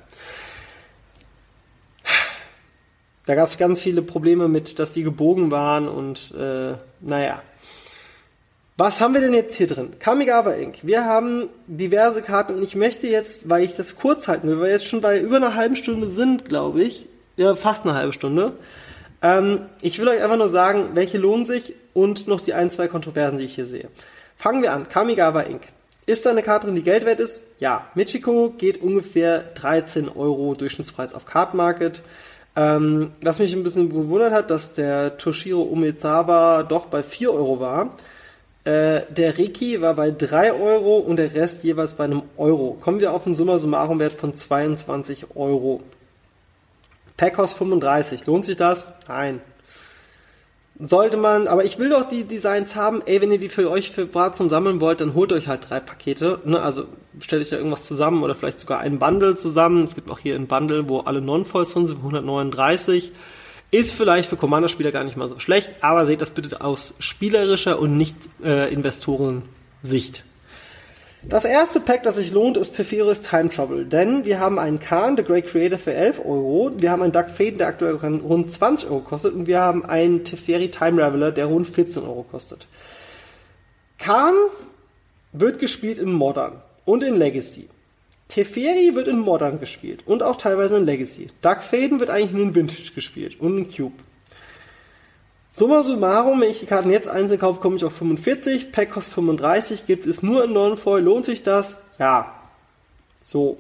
Da gab es ganz viele Probleme mit, dass die gebogen waren und naja. Was haben wir denn jetzt hier drin? Kamigawa Inc. Wir haben diverse Karten und ich möchte jetzt, weil ich das kurz halten will, weil wir jetzt schon bei über einer halben Stunde sind, glaube ich, ja fast eine halbe Stunde, ich will euch einfach nur sagen, welche lohnen sich und noch die 1-2 Kontroversen, die ich hier sehe. Fangen wir an. Kamigawa Inc. Ist da eine Karte drin, die Geld wert ist? Ja. Michiko geht ungefähr 13 Euro Durchschnittspreis auf Card Market. Was mich ein bisschen gewundert hat, dass der Toshiro Umezawa doch bei 4 Euro war. Der Riki war bei 3 Euro und der Rest jeweils bei einem Euro. Kommen wir auf einen Summa summarum Wert von 22 Euro. Pack kostet 35. Lohnt sich das? Nein. Sollte man, aber ich will doch die Designs haben, wenn ihr die für euch für Brat sammeln wollt, dann holt euch halt 3 Pakete, ne? Also stellt euch da irgendwas zusammen oder vielleicht sogar ein Bundle zusammen. Es gibt auch hier ein Bundle, wo alle Non-Foils drin sind, 139. Ist vielleicht für Commander-Spieler gar nicht mal so schlecht, aber seht das bitte aus spielerischer und nicht Investoren-Sicht. Das erste Pack, das sich lohnt, ist Teferi's Time Trouble, denn wir haben einen Khan, The Great Creator, für 11 Euro, wir haben einen Doug Faden, der aktuell rund 20 Euro kostet, und wir haben einen Teferi Time Raveler, der rund 14 Euro kostet. Khan wird gespielt in Modern und in Legacy. Teferi wird in Modern gespielt und auch teilweise in Legacy. Doug Faden wird eigentlich nur in Vintage gespielt und in Cube. Summa summarum, wenn ich die Karten jetzt einzeln kaufe, komme ich auf 45, Pack kostet 35, gibt es nur in Non-Foil, lohnt sich das? Ja. So.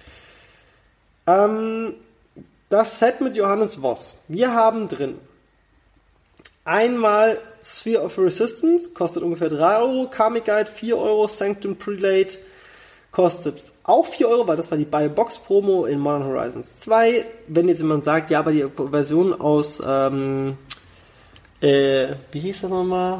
Das Set mit Johannes Voss. Wir haben drin einmal Sphere of Resistance, kostet ungefähr 3 Euro, Karmic Guide 4 Euro, Sanctum Prelate kostet auch 4 Euro, weil das war die Buy-Box-Promo in Modern Horizons 2. Wenn jetzt jemand sagt, ja, aber die Version aus wie hieß das nochmal?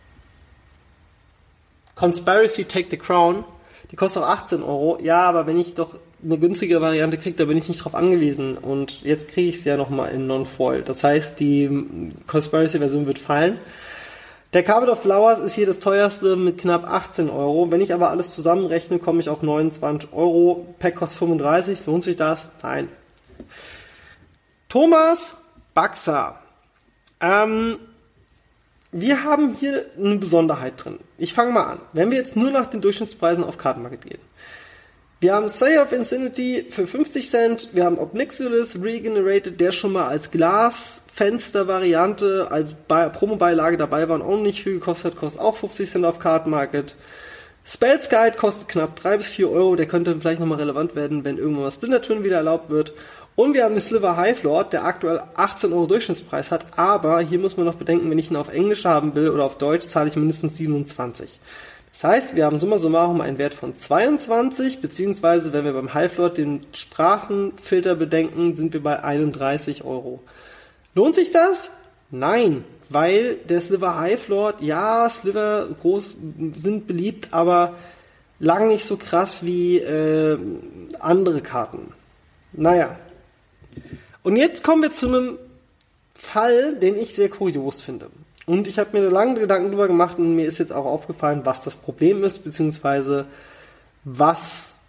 Conspiracy Take the Crown. Die kostet auch 18 Euro. Ja, aber wenn ich doch eine günstige Variante kriege, da bin ich nicht drauf angewiesen. Und jetzt kriege ich es ja nochmal in Non-Foil. Das heißt, die Conspiracy-Version wird fallen. Der Carpet of Flowers ist hier das teuerste mit knapp 18 Euro. Wenn ich aber alles zusammenrechne, komme ich auf 29 Euro. Pack kostet 35. Lohnt sich das? Nein. Thomas Baxer. wir haben hier eine Besonderheit drin. Ich fange mal an. Wenn wir jetzt nur nach den Durchschnittspreisen auf Kartenmarket gehen. Wir haben Say of Insanity für 50 Cent, wir haben Obnixilis Regenerated, der schon mal als Glasfenster-Variante, als Promo-Beilage dabei war und auch nicht viel gekostet hat, kostet auch 50 Cent auf Kartenmarket. Spells Guide kostet knapp 3 bis 4 Euro, der könnte vielleicht nochmal relevant werden, wenn irgendwann mal Splinter Twin wieder erlaubt wird. Und wir haben den Sliver Hive Lord, der aktuell 18 Euro Durchschnittspreis hat, aber hier muss man noch bedenken, wenn ich ihn auf Englisch haben will oder auf Deutsch, zahle ich mindestens 27. Das heißt, wir haben summa summarum einen Wert von 22, beziehungsweise wenn wir beim Hive Lord den Sprachenfilter bedenken, sind wir bei 31 Euro. Lohnt sich das? Nein, weil der Sliver Hive Lord, ja, Sliver groß sind beliebt, aber lang nicht so krass wie andere Karten. Naja. Und jetzt kommen wir zu einem Fall, den ich sehr kurios finde. Und ich habe mir da lange Gedanken drüber gemacht und mir ist jetzt auch aufgefallen, was das Problem ist, beziehungsweise was,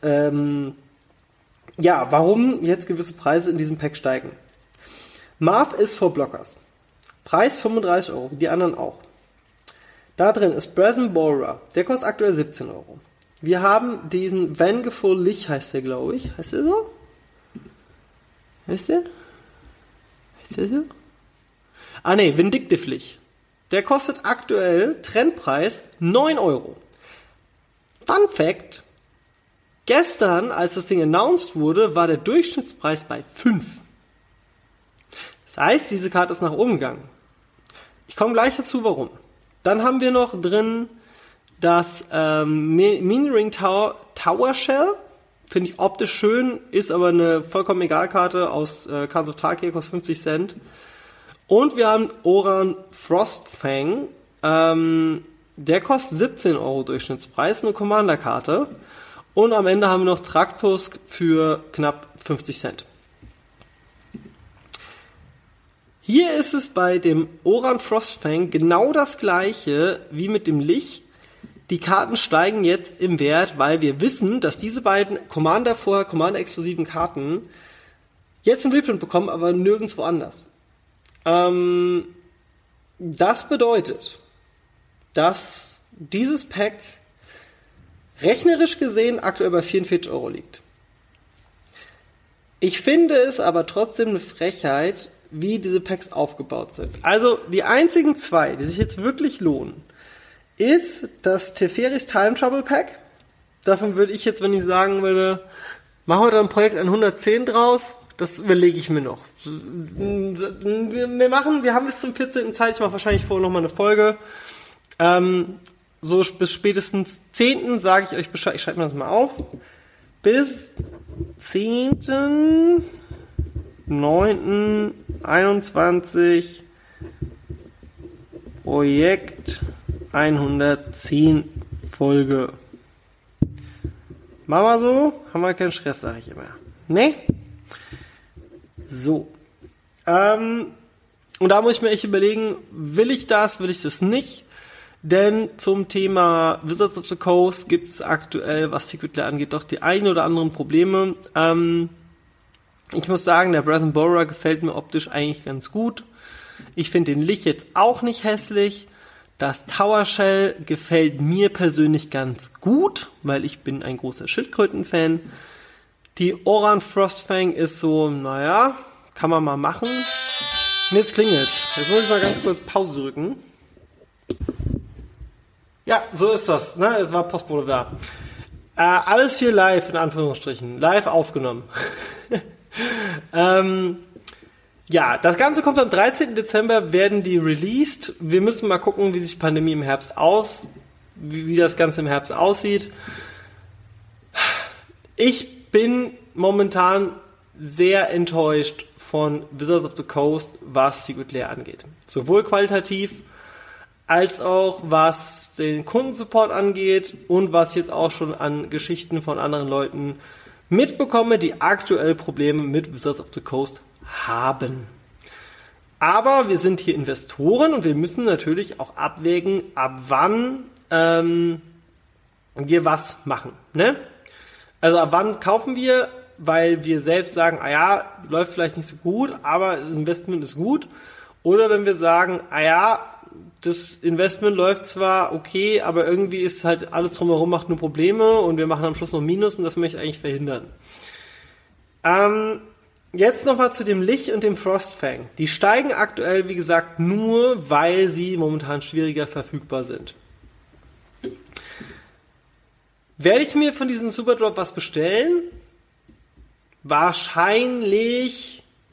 warum jetzt gewisse Preise in diesem Pack steigen. Marv ist for Blockers. Preis 35 Euro, wie die anderen auch. Da drin ist Brazen Borer, der kostet aktuell 17 Euro. Wir haben diesen Vengeful Lich, heißt der, glaube ich. Heißt der so? Heißt der so? Ah ne, Vindictive Lich. Der kostet aktuell Trendpreis 9 Euro. Fun Fact: Gestern, als das Ding announced wurde, war der Durchschnittspreis bei 5. Das heißt, diese Karte ist nach oben gegangen. Ich komme gleich dazu, warum. Dann haben wir noch drin das Mini-Ring Tower Shell. Finde ich optisch schön, ist aber eine vollkommen egal Karte aus Cards of Tarkir, kostet 50 Cent. Und wir haben Oran Frostfang, der kostet 17 Euro Durchschnittspreis, eine Commander-Karte. Und am Ende haben wir noch Traktusk für knapp 50 Cent. Hier ist es bei dem Oran Frostfang genau das gleiche wie mit dem Lich. Die Karten steigen jetzt im Wert, weil wir wissen, dass diese beiden Commander-exklusiven Karten jetzt einen Reprint bekommen, aber nirgendwo anders. Das bedeutet, dass dieses Pack rechnerisch gesehen aktuell bei 44 Euro liegt. Ich finde es aber trotzdem eine Frechheit, wie diese Packs aufgebaut sind. Also die einzigen zwei, die sich jetzt wirklich lohnen, ist das Teferis Time Trouble Pack. Davon würde ich jetzt, wenn ich sagen würde, machen wir da ein Projekt an 110 draus, das überlege ich mir noch. Wir haben bis zum 14. Zeit, ich mache wahrscheinlich vorher nochmal eine Folge. So bis spätestens 10. sage ich euch Bescheid, ich schreibe mir das mal auf. Bis 10.9.21 Projekt 110 Folge. Machen wir so, haben wir keinen Stress, sage ich immer. Ne? So. Und da muss ich mir echt überlegen, will ich das nicht? Denn zum Thema Wizards of the Coast gibt es aktuell, was Secret Lair angeht, doch die ein oder anderen Probleme. Ich muss sagen, der Brazen Borer gefällt mir optisch eigentlich ganz gut. Ich finde den Lich jetzt auch nicht hässlich. Das Tower Shell gefällt mir persönlich ganz gut, weil ich bin ein großer Schildkröten-Fan. Die Oran Frostfang ist so, naja, kann man mal machen. Und jetzt klingelt's. Jetzt muss ich mal ganz kurz Pause drücken. Ja, so ist das. Ne? Es war Postbote da. Alles hier live, in Anführungsstrichen. Live aufgenommen. Ja, das Ganze kommt am 13. Dezember, werden die released. Wir müssen mal gucken, wie sich die Pandemie im Herbst wie das Ganze im Herbst aussieht. Ich bin momentan sehr enttäuscht von Wizards of the Coast, was Secret Lair angeht. Sowohl qualitativ, als auch was den Kundensupport angeht und was ich jetzt auch schon an Geschichten von anderen Leuten mitbekomme, die aktuell Probleme mit Wizards of the Coast haben. Aber wir sind hier Investoren und wir müssen natürlich auch abwägen, ab wann wir was machen. Ne? Also ab wann kaufen wir, weil wir selbst sagen, läuft vielleicht nicht so gut, aber das Investment ist gut. Oder wenn wir sagen, das Investment läuft zwar okay, aber irgendwie ist halt alles drumherum macht nur Probleme und wir machen am Schluss noch Minus und das möchte ich eigentlich verhindern. Jetzt nochmal zu dem Lich und dem Frostfang. Die steigen aktuell, wie gesagt, nur, weil sie momentan schwieriger verfügbar sind. Werde ich mir von diesem Superdrop was bestellen? Wahrscheinlich...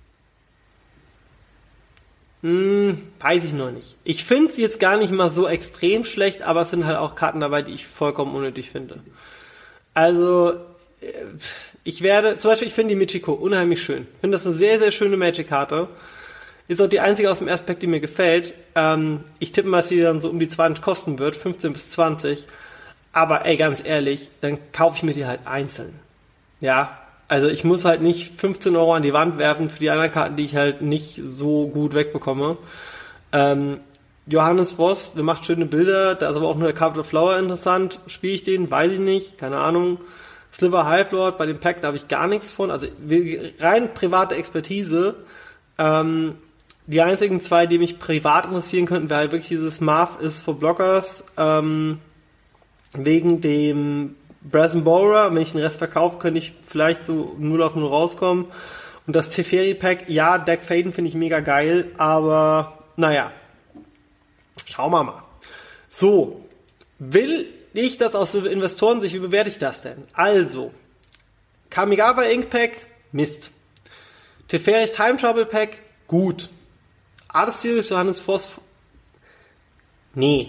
weiß ich noch nicht. Ich finde sie jetzt gar nicht mal so extrem schlecht, aber es sind halt auch Karten dabei, die ich vollkommen unnötig finde. Also, ich finde die Michiko unheimlich schön. Ich finde das eine sehr, sehr schöne Magic-Karte. Ist auch die einzige aus dem ersten Pack, die mir gefällt. Ich tippe mal, dass sie dann so um die 20 kosten wird, 15 bis 20. Aber ey, ganz ehrlich, dann kaufe ich mir die halt einzeln. Ja, also ich muss halt nicht 15 Euro an die Wand werfen für die anderen Karten, die ich halt nicht so gut wegbekomme. Johannes Voss, der macht schöne Bilder, da ist aber auch nur der Carpet of Flower interessant. Spiele ich den? Weiß ich nicht, keine Ahnung. Sliver Hive Lord, bei dem Pack, da habe ich gar nichts von. Also rein private Expertise. Die einzigen zwei, die mich privat interessieren könnten, wäre halt wirklich dieses Marv is for Blockers, wegen dem Brazen Borer. Wenn ich den Rest verkaufe, könnte ich vielleicht so 0 auf 0 rauskommen. Und das Teferi-Pack, ja, Deck Faden finde ich mega geil, aber naja, schauen wir mal. So, will ich das aus Investorensicht, wie bewerte ich das denn? Also, Kamigawa Ink Pack, Mist. Teferis Time Travel Pack, gut. Arceus Johannes Voss, nee.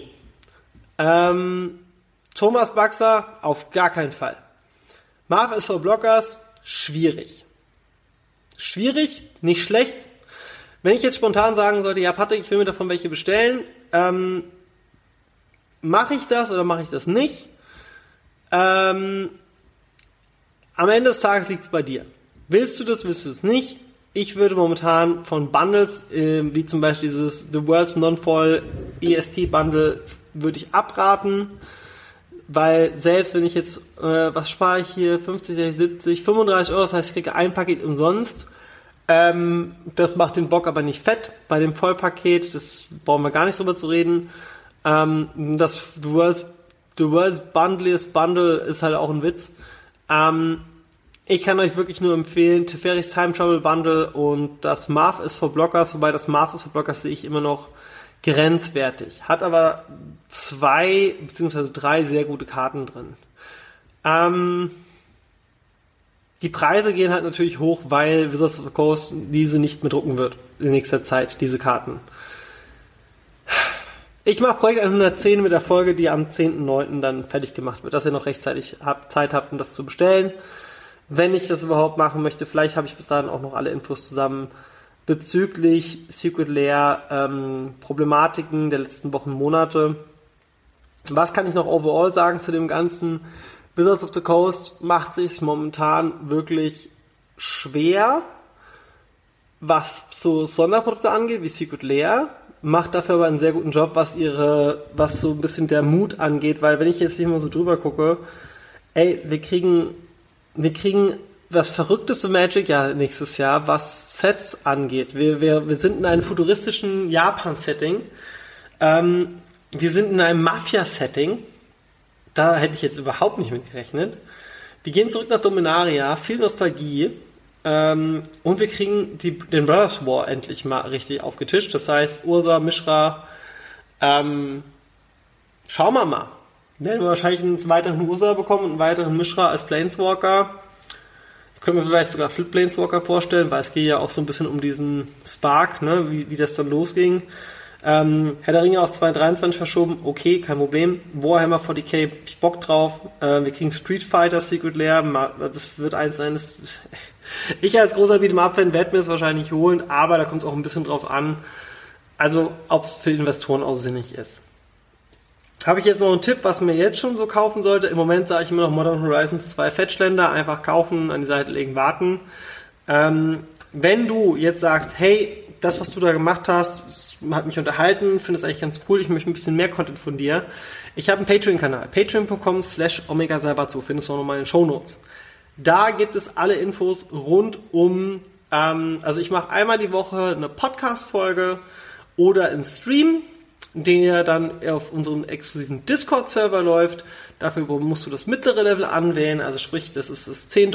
Thomas Baxer, auf gar keinen Fall. Marv is for Blockers, schwierig. Schwierig, nicht schlecht. Wenn ich jetzt spontan sagen sollte, ja Patrick, ich will mir davon welche bestellen, mache ich das oder mache ich das nicht? Am Ende des Tages liegt es bei dir. Willst du das, willst du es nicht? Ich würde momentan von Bundles, wie zum Beispiel dieses The World's Non-Fall EST Bundle, würde ich abraten. Weil selbst wenn ich jetzt, was spare ich hier, 50, 60, 70, 35 Euro, das heißt, ich kriege ein Paket umsonst. Das macht den Bock aber nicht fett. Bei dem Vollpaket, das brauchen wir gar nicht drüber zu reden. Das The World's Bundle ist halt auch ein Witz. Ich kann euch wirklich nur empfehlen, Teferis Time Travel Bundle und das Marv is for Blockers, wobei das Marv is for Blockers sehe ich immer noch grenzwertig. Hat aber 2 bzw. 3 sehr gute Karten drin. Die Preise gehen halt natürlich hoch, weil Wizards of the Coast diese nicht mehr drucken wird in nächster Zeit, diese Karten. Ich mache Projekt 110 mit der Folge, die am 10.9. dann fertig gemacht wird, dass ihr noch rechtzeitig Zeit habt, um das zu bestellen. Wenn ich das überhaupt machen möchte, vielleicht habe ich bis dahin auch noch alle Infos zusammen bezüglich Secret Lair, Problematiken der letzten Wochen, Monate. Was kann ich noch overall sagen zu dem Ganzen? Wizards of the Coast macht sich momentan wirklich schwer, was so Sonderprodukte angeht, wie Secret Lair, macht dafür aber einen sehr guten Job, was so ein bisschen der Mut angeht, weil wenn ich jetzt hier mal so drüber gucke, ey, wir kriegen das verrückteste Magic ja nächstes Jahr, was Sets angeht. Wir sind in einem futuristischen Japan-Setting. Wir sind in einem Mafia-Setting. Da hätte ich jetzt überhaupt nicht mit gerechnet. Wir gehen zurück nach Dominaria, viel Nostalgie. Und wir kriegen den Brothers War endlich mal richtig aufgetischt. Das heißt, Ursa, Mishra, schauen wir mal. Werden wir wahrscheinlich einen weiteren Ursa bekommen und einen weiteren Mishra als Planeswalker. Ich könnte mir vielleicht sogar Flip Planeswalker vorstellen, weil es geht ja auch so ein bisschen um diesen Spark, ne, wie das dann losging. Herr der Ringe auf 2023 verschoben, okay, kein Problem. Warhammer 40k, hab ich Bock drauf. Wir kriegen Street Fighter Secret Lair, das wird eins sein. Ich als großer Beat'em-up-Fan werde mir das wahrscheinlich holen, aber da kommt es auch ein bisschen drauf an, also ob es für Investoren auch sinnig ist. Habe ich jetzt noch einen Tipp, was mir jetzt schon so kaufen sollte? Im Moment sage ich immer noch Modern Horizons 2 Fetchländer, einfach kaufen, an die Seite legen, warten. Wenn du jetzt sagst, hey, das, was du da gemacht hast, hat mich unterhalten, finde es eigentlich ganz cool, ich möchte ein bisschen mehr Content von dir. Ich habe einen Patreon-Kanal, patreon.com/OmegaSaibatsu, findest du auch nochmal in den Shownotes. Da gibt es alle Infos rund um, also ich mache einmal die Woche eine Podcast-Folge oder einen Stream, der dann auf unserem exklusiven Discord-Server läuft. Dafür musst du das mittlere Level anwählen, also sprich, das ist das 10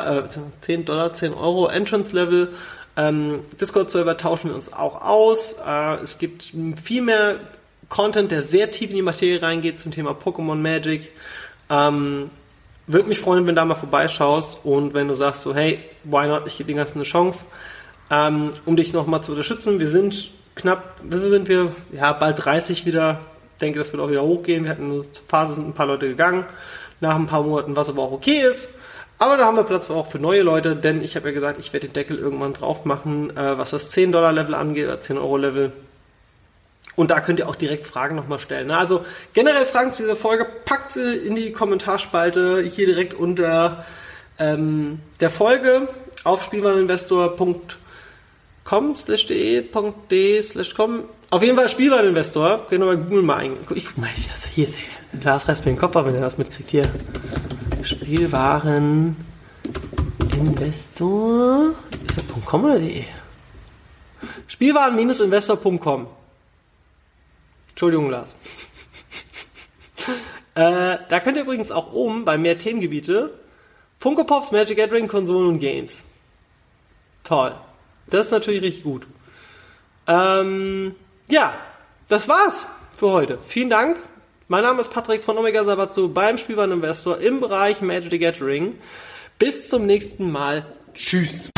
Euro Entrance-Level. Discord-Server tauschen wir uns auch aus. Es gibt viel mehr Content, der sehr tief in die Materie reingeht zum Thema Pokémon Magic. Würde mich freuen, wenn du da mal vorbeischaust und wenn du sagst so, hey, why not, ich gebe den Ganzen eine Chance, um dich nochmal zu unterstützen. Wir sind bald 30 wieder. Ich denke, das wird auch wieder hochgehen. Wir hatten eine Phase, sind ein paar Leute gegangen, nach ein paar Monaten, was aber auch okay ist. Aber da haben wir Platz auch für neue Leute, denn ich habe ja gesagt, ich werde den Deckel irgendwann drauf machen, was das 10 $- Level angeht, oder 10 Euro Level. Und da könnt ihr auch direkt Fragen nochmal stellen. Also generell Fragen zu dieser Folge, packt sie in die Kommentarspalte hier direkt unter der Folge auf spielwareninvestor.com/de.de/com. Auf jeden Fall Spielwareninvestor. Könnt ihr mal Google mal ein. Guck mal, hier ist Lars reißt mir den Kopf ab, wenn ihr das mitkriegt. Hier. Spielwareninvestor. Ist das .com oder .de? Spielwaren-investor.com. Entschuldigung, Lars. Da könnt ihr übrigens auch oben bei mehr Themengebiete Funko Pops, Magic Gathering, Konsolen und Games. Toll. Das ist natürlich richtig gut. Ja, das war's für heute. Vielen Dank. Mein Name ist Patrick von Omega Sabatzo beim Spielwareninvestor im Bereich Magic the Gathering. Bis zum nächsten Mal. Tschüss.